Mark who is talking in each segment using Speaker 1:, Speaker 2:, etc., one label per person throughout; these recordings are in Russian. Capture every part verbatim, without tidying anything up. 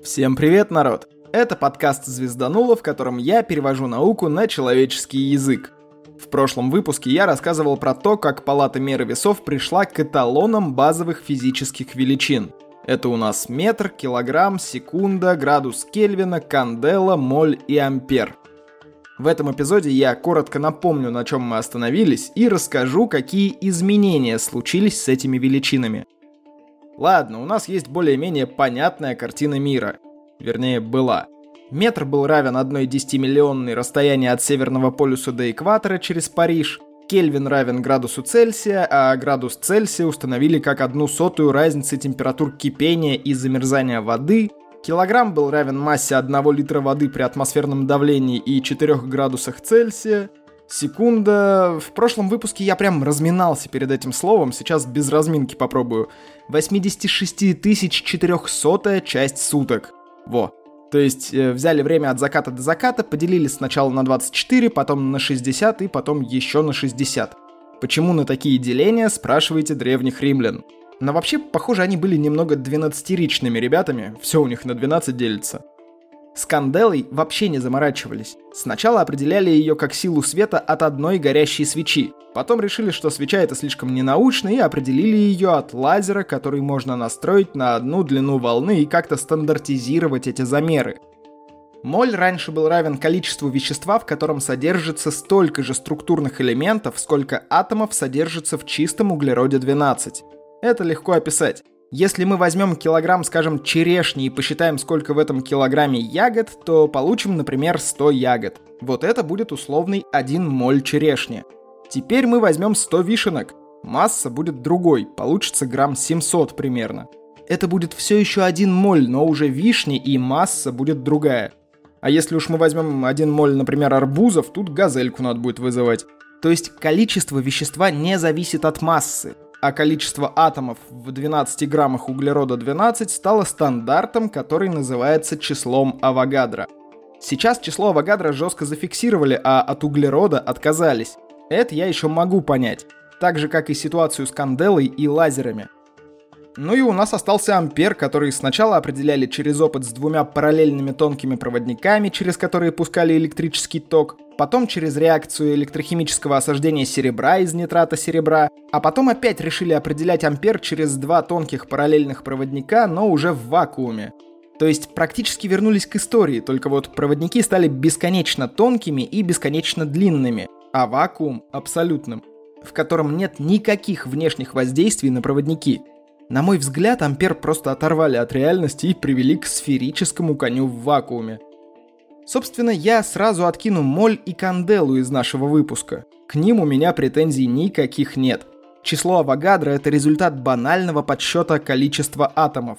Speaker 1: Всем привет, народ! Это подкаст «Звездануло», в котором я перевожу науку на человеческий язык. В прошлом выпуске я рассказывал про то, как палата меры весов пришла к эталонам базовых физических величин. Это у нас метр, килограмм, секунда, градус Кельвина, кандела, моль и ампер. В этом эпизоде я коротко напомню, на чем мы остановились, и расскажу, какие изменения случились с этими величинами. Ладно, у нас есть более-менее понятная картина мира. Вернее, была. Метр был равен одной десятимиллионной расстояние от Северного полюса до экватора через Париж. Кельвин равен градусу Цельсия, а градус Цельсия установили как одну сотую разницы температур кипения и замерзания воды. Килограмм был равен массе одного литра воды при атмосферном давлении и четырёх градусах Цельсия. Секунда... В прошлом выпуске я прям разминался перед этим словом, сейчас без разминки попробую. восемьдесят шесть тысяч четыреста часть суток. Во. То есть э, взяли время от заката до заката, поделили сначала на двадцать четыре, потом на шестьдесят и потом еще на шестьдесят. Почему на такие деления, спрашиваете древних римлян. Но вообще, похоже, они были немного двенадцатиричными ребятами, все у них на двенадцать делится. С канделой вообще не заморачивались. Сначала определяли ее как силу света от одной горящей свечи. Потом решили, что свеча это слишком ненаучно, и определили ее от лазера, который можно настроить на одну длину волны и как-то стандартизировать эти замеры. Моль раньше был равен количеству вещества, в котором содержится столько же структурных элементов, сколько атомов содержится в чистом углероде двенадцать. Это легко описать. Если мы возьмем килограмм, скажем, черешни и посчитаем, сколько в этом килограмме ягод, то получим, например, сто ягод. Вот это будет условный один моль черешни. Теперь мы возьмем сто вишенок. Масса будет другой, получится грамм семьсот примерно. Это будет все еще один моль, но уже вишни, и масса будет другая. А если уж мы возьмем один моль, например, арбузов, тут газельку надо будет вызывать. То есть количество вещества не зависит от массы. А количество атомов в двенадцати граммах углерода двенадцать стало стандартом, который называется числом Авогадро. Сейчас число Авогадро жестко зафиксировали, а от углерода отказались. Это я еще могу понять. Так же, как и ситуацию с канделой и лазерами. Ну и у нас остался ампер, который сначала определяли через опыт с двумя параллельными тонкими проводниками, через которые пускали электрический ток, потом через реакцию электрохимического осаждения серебра из нитрата серебра, а потом опять решили определять ампер через два тонких параллельных проводника, но уже в вакууме. То есть практически вернулись к истории, только вот проводники стали бесконечно тонкими и бесконечно длинными, а вакуум абсолютным, в котором нет никаких внешних воздействий на проводники. На мой взгляд, ампер просто оторвали от реальности и привели к сферическому коню в вакууме. Собственно, я сразу откину моль и канделу из нашего выпуска. К ним у меня претензий никаких нет. Число Авогадро — это результат банального подсчета количества атомов.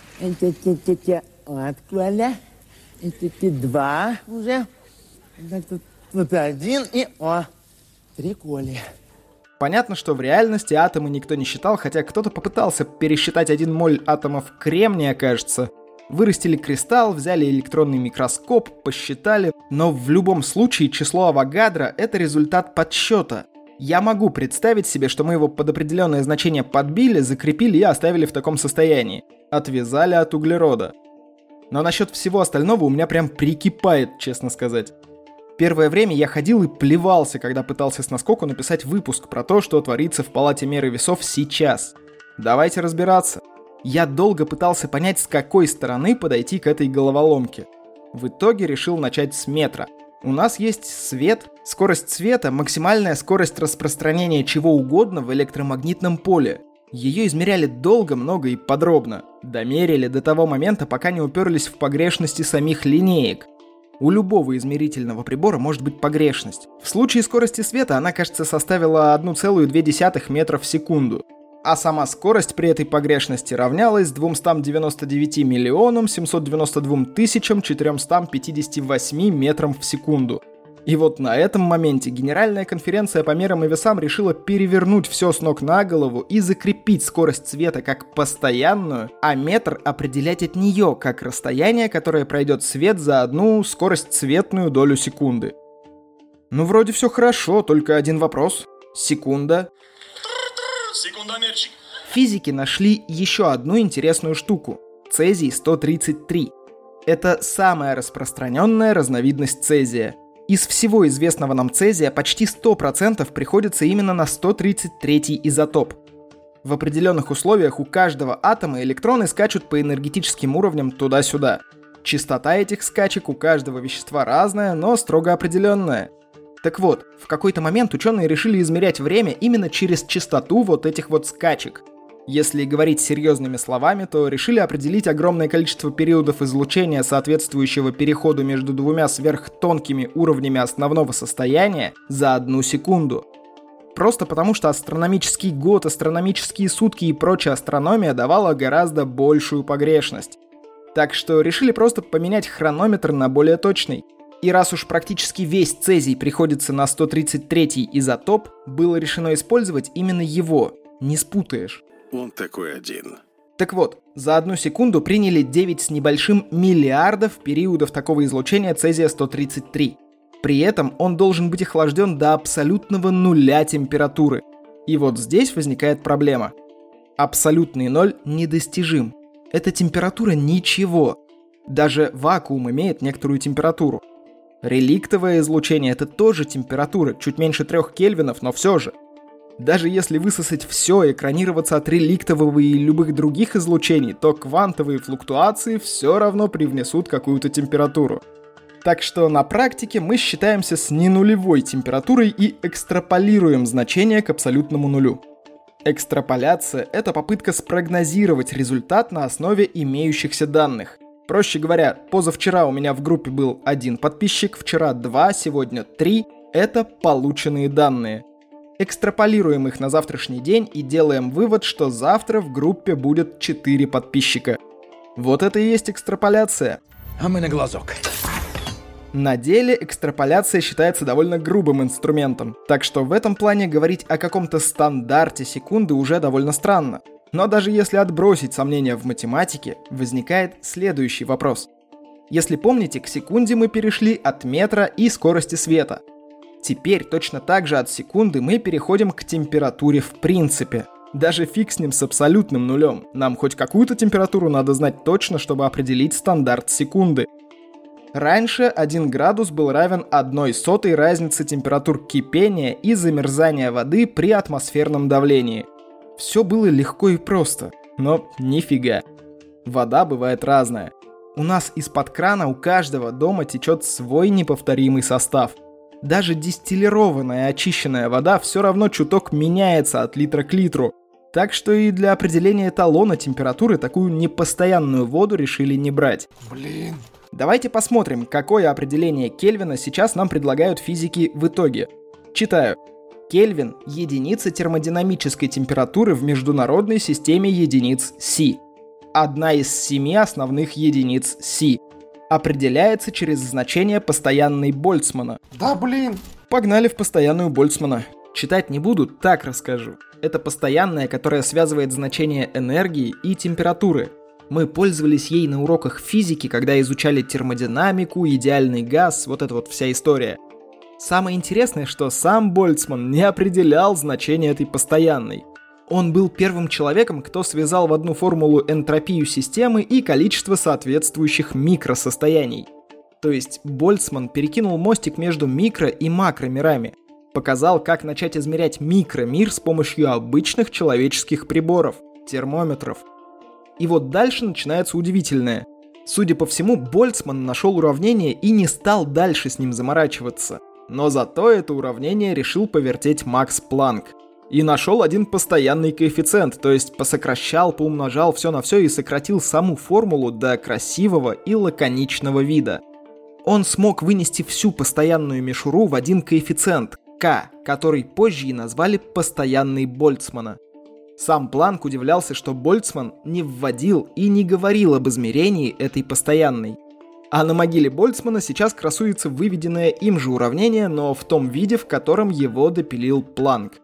Speaker 2: Вот, Коля. Два уже. Тут один и... О, три Коли.
Speaker 1: Понятно, что в реальности атомы никто не считал, хотя кто-то попытался пересчитать один моль атомов кремния, кажется. Вырастили кристалл, взяли электронный микроскоп, посчитали, но в любом случае число Авогадро — это результат подсчета. Я могу представить себе, что мы его под определенное значение подбили, закрепили и оставили в таком состоянии. Отвязали от углерода. Но насчет всего остального у меня прям прикипает, честно сказать. Первое время я ходил и плевался, когда пытался с наскоку написать выпуск про то, что творится в палате меры весов сейчас. Давайте разбираться. Я долго пытался понять, с какой стороны подойти к этой головоломке. В итоге решил начать с метра. У нас есть свет, скорость света, максимальная скорость распространения чего угодно в электромагнитном поле. Ее измеряли долго, много и подробно. Домерили до того момента, пока не уперлись в погрешности самих линеек. У любого измерительного прибора может быть погрешность. В случае скорости света она, кажется, составила одна целая две десятых метра в секунду. А сама скорость при этой погрешности равнялась двумстам девяноста девяти миллионам семьсот девяносто двум тысячам четырёмстам пятидесяти восьми метрам в секунду. И вот на этом моменте Генеральная конференция по мерам и весам решила перевернуть все с ног на голову и закрепить скорость света как постоянную, а метр определять от нее как расстояние, которое пройдет свет за одну скорость цветную долю секунды. Ну вроде все хорошо, только один вопрос. Секунда.
Speaker 3: Секундомерчик.
Speaker 1: Физики нашли еще одну интересную штуку – цезий сто тридцать три. Это самая распространенная разновидность цезия. Из всего известного нам цезия почти сто процентов приходится именно на сто тридцать третий изотоп. В определенных условиях у каждого атома электроны скачут по энергетическим уровням туда-сюда. Частота этих скачек у каждого вещества разная, но строго определенная. Так вот, в какой-то момент ученые решили измерять время именно через частоту вот этих вот скачек. Если говорить серьезными словами, то решили определить огромное количество периодов излучения, соответствующего переходу между двумя сверхтонкими уровнями основного состояния, за одну секунду. Просто потому, что астрономический год, астрономические сутки и прочая астрономия давала гораздо большую погрешность. Так что решили просто поменять хронометр на более точный. И раз уж практически весь цезий приходится на сто тридцать третий изотоп, было решено использовать именно его. Не спутаешь.
Speaker 3: Он такой один.
Speaker 1: Так вот, за одну секунду приняли девять с небольшим миллиардов периодов такого излучения цезия сто тридцать три. При этом он должен быть охлажден до абсолютного нуля температуры. И вот здесь возникает проблема. Абсолютный ноль недостижим. Эта температура ничего. Даже вакуум имеет некоторую температуру. Реликтовое излучение — это тоже температура, чуть меньше трех кельвинов, но все же. Даже если высосать все и экранироваться от реликтового и любых других излучений, то квантовые флуктуации все равно привнесут какую-то температуру. Так что на практике мы считаемся с ненулевой температурой и экстраполируем значение к абсолютному нулю. Экстраполяция — это попытка спрогнозировать результат на основе имеющихся данных. Проще говоря, позавчера у меня в группе был один подписчик, вчера два, сегодня три. Это полученные данные. Экстраполируем их на завтрашний день и делаем вывод, что завтра в группе будет четыре подписчика. Вот это и есть экстраполяция.
Speaker 2: А мы на глазок.
Speaker 1: На деле экстраполяция считается довольно грубым инструментом, так что в этом плане говорить о каком-то стандарте секунды уже довольно странно. Но даже если отбросить сомнения в математике, возникает следующий вопрос. Если помните, к секунде мы перешли от метра и скорости света. Теперь точно так же от секунды мы переходим к температуре в принципе. Даже фиг с ним с абсолютным нулем. Нам хоть какую-то температуру надо знать точно, чтобы определить стандарт секунды. Раньше один градус был равен одной сотой разницы температур кипения и замерзания воды при атмосферном давлении. Все было легко и просто, но нифига. Вода бывает разная. У нас из-под крана у каждого дома течет свой неповторимый состав. Даже дистиллированная очищенная вода все равно чуток меняется от литра к литру. Так что и для определения эталона температуры такую непостоянную воду решили не брать.
Speaker 3: Блин.
Speaker 1: Давайте посмотрим, какое определение Кельвина сейчас нам предлагают физики в итоге. Читаю. Кельвин – единица термодинамической температуры в международной системе единиц Си. Одна из семи основных единиц Си. Определяется через значение постоянной Больцмана.
Speaker 3: Да блин!
Speaker 1: Погнали в постоянную Больцмана. Читать не буду, так расскажу. Это постоянная, которая связывает значение энергии и температуры. Мы пользовались ей на уроках физики, когда изучали термодинамику, идеальный газ, вот эта вот вся история. Самое интересное, что сам Больцман не определял значение этой постоянной. Он был первым человеком, кто связал в одну формулу энтропию системы и количество соответствующих микросостояний. То есть Больцман перекинул мостик между микро- и макромирами. Показал, как начать измерять микромир с помощью обычных человеческих приборов, термометров. И вот дальше начинается удивительное. Судя по всему, Больцман нашел уравнение и не стал дальше с ним заморачиваться. Но зато это уравнение решил повертеть Макс Планк. И нашел один постоянный коэффициент, то есть посокращал, поумножал все на все и сократил саму формулу до красивого и лаконичного вида. Он смог вынести всю постоянную мишуру в один коэффициент, К, который позже и назвали постоянной Больцмана. Сам Планк удивлялся, что Больцман не вводил и не говорил об измерении этой постоянной. А на могиле Больцмана сейчас красуется выведенное им же уравнение, но в том виде, в котором его допилил Планк.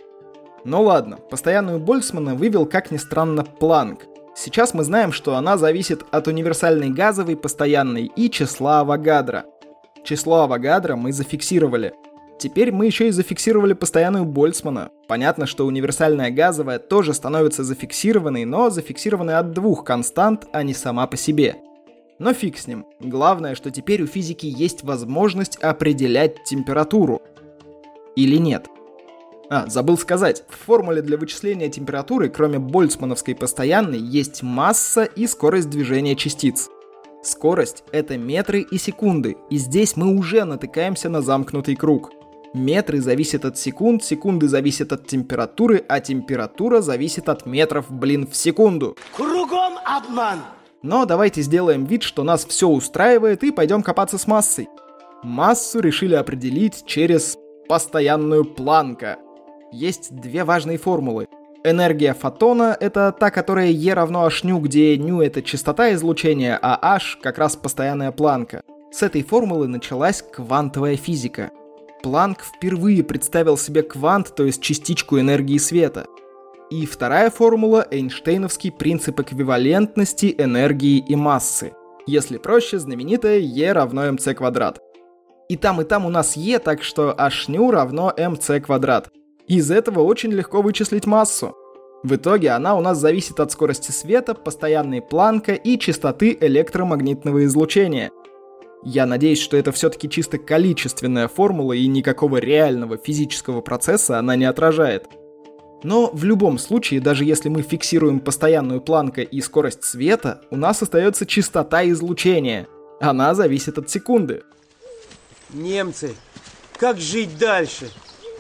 Speaker 1: Ну ладно, постоянную Больцмана вывел, как ни странно, Планк. Сейчас мы знаем, что она зависит от универсальной газовой постоянной и числа Авогадро. Число Авогадро мы зафиксировали. Теперь мы еще и зафиксировали постоянную Больцмана. Понятно, что универсальная газовая тоже становится зафиксированной, но зафиксированной от двух констант, а не сама по себе. Но фиг с ним. Главное, что теперь у физики есть возможность определять температуру. Или нет? А, забыл сказать, в формуле для вычисления температуры, кроме больцмановской постоянной, есть масса и скорость движения частиц. Скорость — это метры и секунды, и здесь мы уже натыкаемся на замкнутый круг. Метры зависят от секунд, секунды зависят от температуры, а температура зависит от метров, блин, в секунду.
Speaker 2: Кругом обман!
Speaker 1: Но давайте сделаем вид, что нас все устраивает, и пойдем копаться с массой. Массу решили определить через постоянную Планка. Есть две важные формулы. Энергия фотона — это та, которая E равно h ню, где ню — это частота излучения, а h — как раз постоянная Планка. С этой формулы началась квантовая физика. Планк впервые представил себе квант, то есть частичку энергии света. И вторая формула — Эйнштейновский принцип эквивалентности энергии и массы. Если проще, знаменитая E равно mc квадрат. И там, и там у нас E, так что h ню равно mc квадрат. Из этого очень легко вычислить массу. В итоге она у нас зависит от скорости света, постоянной Планка и частоты электромагнитного излучения. Я надеюсь, что это все-таки чисто количественная формула и никакого реального физического процесса она не отражает. Но в любом случае, даже если мы фиксируем постоянную Планка и скорость света, у нас остается частота излучения. Она зависит от секунды.
Speaker 4: Немцы, как жить дальше?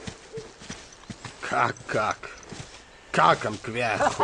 Speaker 3: Как-как? Как он кверху?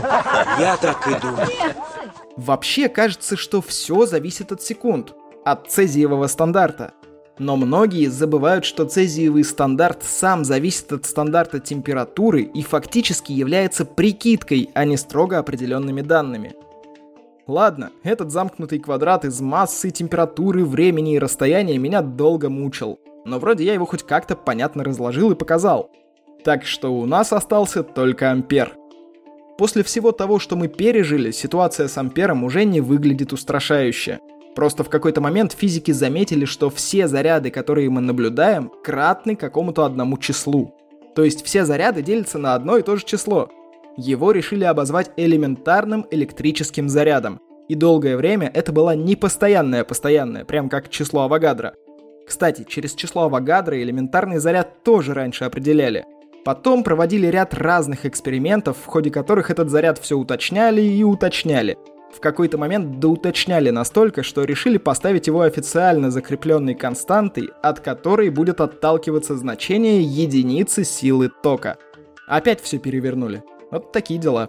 Speaker 4: Я так и думал.
Speaker 1: Вообще кажется, что все зависит от секунд, от цезиевого стандарта. Но многие забывают, что цезиевый стандарт сам зависит от стандарта температуры и фактически является прикидкой, а не строго определенными данными. Ладно, этот замкнутый квадрат из массы, температуры, времени и расстояния меня долго мучил. Но вроде я его хоть как-то понятно разложил и показал. Так что у нас остался только ампер. После всего того, что мы пережили, ситуация с ампером уже не выглядит устрашающе. Просто в какой-то момент физики заметили, что все заряды, которые мы наблюдаем, кратны какому-то одному числу. То есть все заряды делятся на одно и то же число. Его решили обозвать элементарным электрическим зарядом. И долгое время это была не постоянная постоянная, прям как число Авогадро. Кстати, через число Авогадро элементарный заряд тоже раньше определяли. Потом проводили ряд разных экспериментов, в ходе которых этот заряд все уточняли и уточняли. В какой-то момент доуточняли настолько, что решили поставить его официально закрепленной константой, от которой будет отталкиваться значение единицы силы тока. Опять все перевернули. Вот такие дела.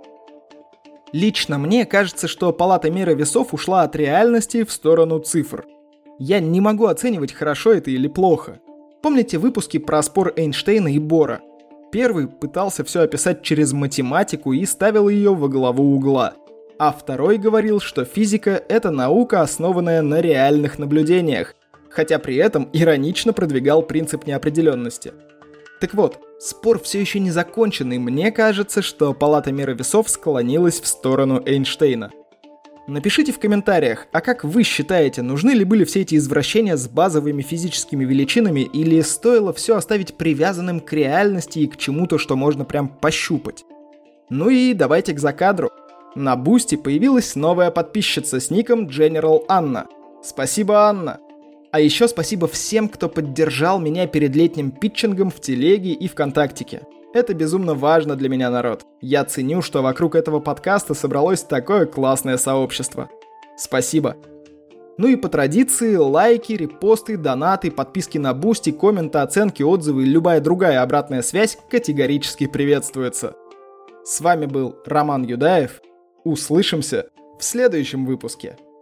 Speaker 1: Лично мне кажется, что палата меры весов ушла от реальности в сторону цифр. Я не могу оценивать, хорошо это или плохо. Помните выпуски про спор Эйнштейна и Бора? Первый пытался все описать через математику и ставил ее во главу угла. А второй говорил, что физика — это наука, основанная на реальных наблюдениях, хотя при этом иронично продвигал принцип неопределенности. Так вот, спор все еще не закончен, и мне кажется, что палата меры весов склонилась в сторону Эйнштейна. Напишите в комментариях, а как вы считаете, нужны ли были все эти извращения с базовыми физическими величинами, или стоило все оставить привязанным к реальности и к чему-то, что можно прям пощупать? Ну и давайте к закадру. На Бусти появилась новая подписчица с ником General Анна. Спасибо, Анна! А еще спасибо всем, кто поддержал меня перед летним питчингом в Телеге и ВКонтактике. Это безумно важно для меня, народ. Я ценю, что вокруг этого подкаста собралось такое классное сообщество. Спасибо. Ну и по традиции, лайки, репосты, донаты, подписки на Бусти, комменты, оценки, отзывы и любая другая обратная связь категорически приветствуется. С вами был Роман Юдаев. Услышимся в следующем выпуске.